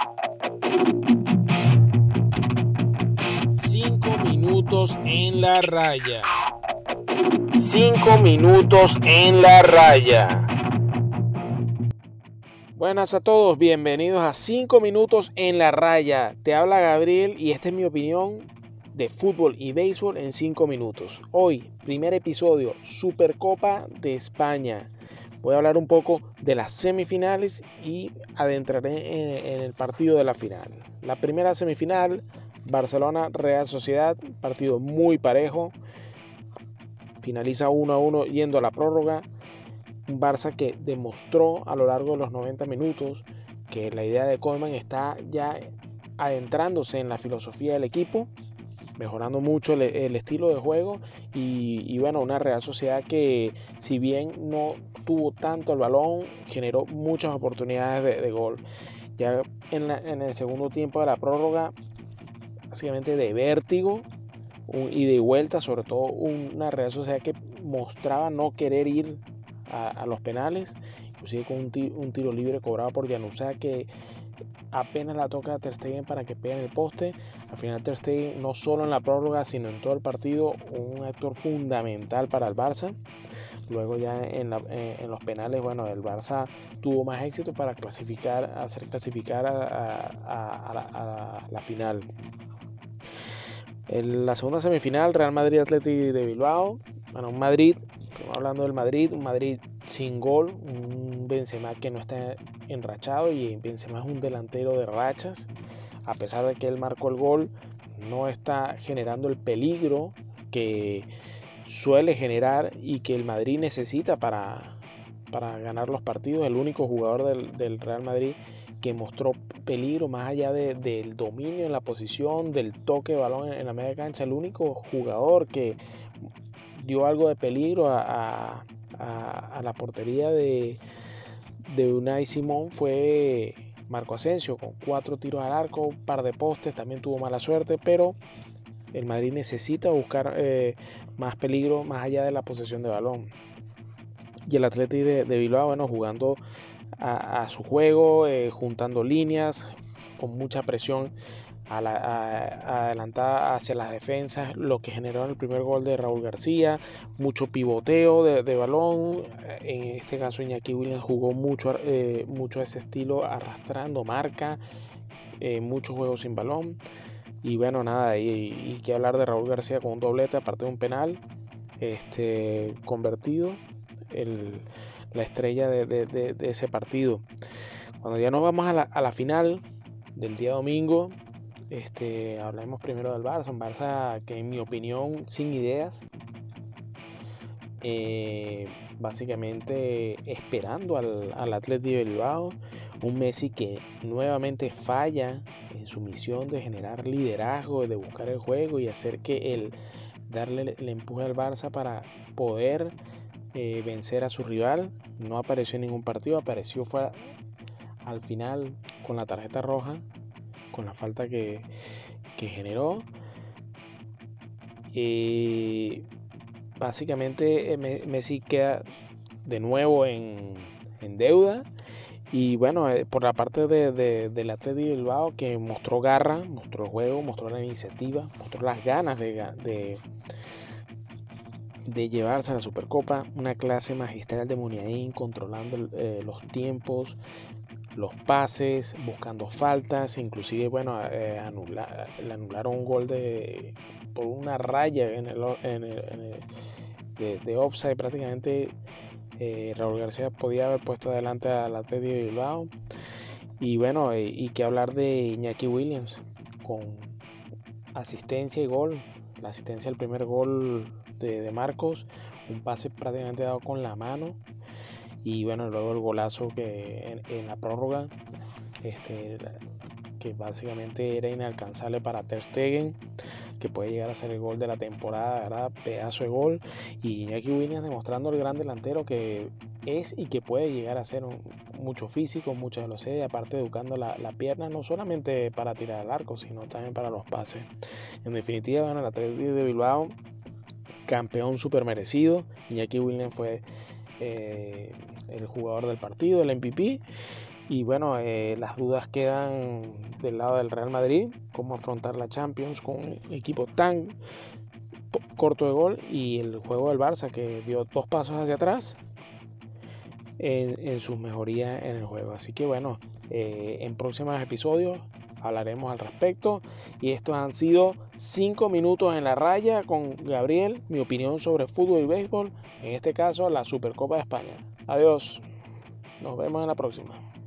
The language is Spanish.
Cinco minutos en la raya. 5 minutos en la raya. Buenas a todos, bienvenidos a 5 minutos en la raya. Te habla Gabriel y esta es mi opinión de fútbol y béisbol en 5 minutos. Hoy, primer episodio, Supercopa de España. Voy a hablar un poco de las semifinales y adentraré en el partido de la final. La primera semifinal, Barcelona-Real Sociedad, partido muy parejo. Finaliza 1-1 yendo a la prórroga. Un Barça que demostró a lo largo de los 90 minutos que la idea de Koeman está ya adentrándose en la filosofía del equipo, mejorando mucho el estilo de juego y bueno, una Real Sociedad que si bien no tuvo tanto el balón, generó muchas oportunidades de gol. Ya en el segundo tiempo de la prórroga, básicamente de vértigo y de vuelta, sobre todo una Real Sociedad que mostraba no querer ir a los penales, inclusive con un tiro libre cobrado por Januzaj que apenas la toca a Ter Stegen para que pegue en el poste. Al final Ter Stegen, no solo en la prórroga sino en todo el partido, un actor fundamental para el Barça. Luego ya en los penales, bueno, el Barça tuvo más éxito para hacer clasificar a la final. En la segunda semifinal, Real Madrid Athletic de Bilbao. Bueno, un Madrid, hablando del Madrid, un Madrid sin gol, un Benzema que no está enrachado y Benzema es un delantero de rachas. A pesar de que él marcó el gol, no está generando el peligro que suele generar y que el Madrid necesita para ganar los partidos. El único jugador del Real Madrid que mostró peligro más allá del dominio en la posición, del toque de balón en la media cancha, el único jugador que dio algo de peligro a la portería de Unai Simón fue Marco Asensio, con 4 tiros al arco, un par de postes, también tuvo mala suerte, pero el Madrid necesita buscar más peligro más allá de la posesión de balón. Y el Athletic de Bilbao, bueno, jugando a su juego, juntando líneas, con mucha presión adelantada hacia las defensas, lo que generó el primer gol de Raúl García, mucho pivoteo de balón. En este caso Iñaki Williams jugó mucho ese estilo, arrastrando marca, muchos juegos sin balón. Y bueno, nada, y que hablar de Raúl García con un doblete, aparte de un penal convertido, la estrella de ese partido. Cuando ya nos vamos a la final del día domingo, hablemos primero del Barça. Un Barça que en mi opinión sin ideas, básicamente esperando al Athletic de Bilbao. Un Messi que nuevamente falla en su misión de generar liderazgo, de buscar el juego y hacer que darle el empuje al Barça para poder vencer a su rival. No apareció en ningún partido, apareció fue al final con la tarjeta roja, con la falta que generó. Básicamente Messi queda de nuevo en deuda. Y bueno, por la parte del Athletic de Bilbao, que mostró garra, mostró juego, mostró la iniciativa, mostró las ganas de llevarse a la Supercopa. Una clase magistral de Muniain, controlando los tiempos, los pases, buscando faltas, inclusive bueno, le anularon un gol por una raya de offside. Prácticamente Raúl García podía haber puesto adelante al Athletic de Bilbao. Y bueno, y que hablar de Iñaki Williams con asistencia y gol. La asistencia al primer gol de Marcos, un pase prácticamente dado con la mano. Y bueno, luego el golazo que en la prórroga, que básicamente era inalcanzable para Ter Stegen, que puede llegar a ser el gol de la temporada, ¿verdad? Pedazo de gol. Y Iñaki Williams demostrando el gran delantero que es y que puede llegar a ser mucho físico, mucha velocidad, y aparte educando la pierna, no solamente para tirar al arco, sino también para los pases. En definitiva, bueno, el Athletic de Bilbao, campeón súper merecido. Iñaki Williams fue el jugador del partido, el MVP. Y bueno, las dudas quedan del lado del Real Madrid, cómo afrontar la Champions con un equipo tan corto de gol, y el juego del Barça, que dio 2 pasos hacia atrás en sus mejorías en el juego. Así que bueno, en próximos episodios hablaremos al respecto. Y estos han sido 5 minutos en la raya con Gabriel, mi opinión sobre fútbol y béisbol, en este caso la Supercopa de España. Adiós, nos vemos en la próxima.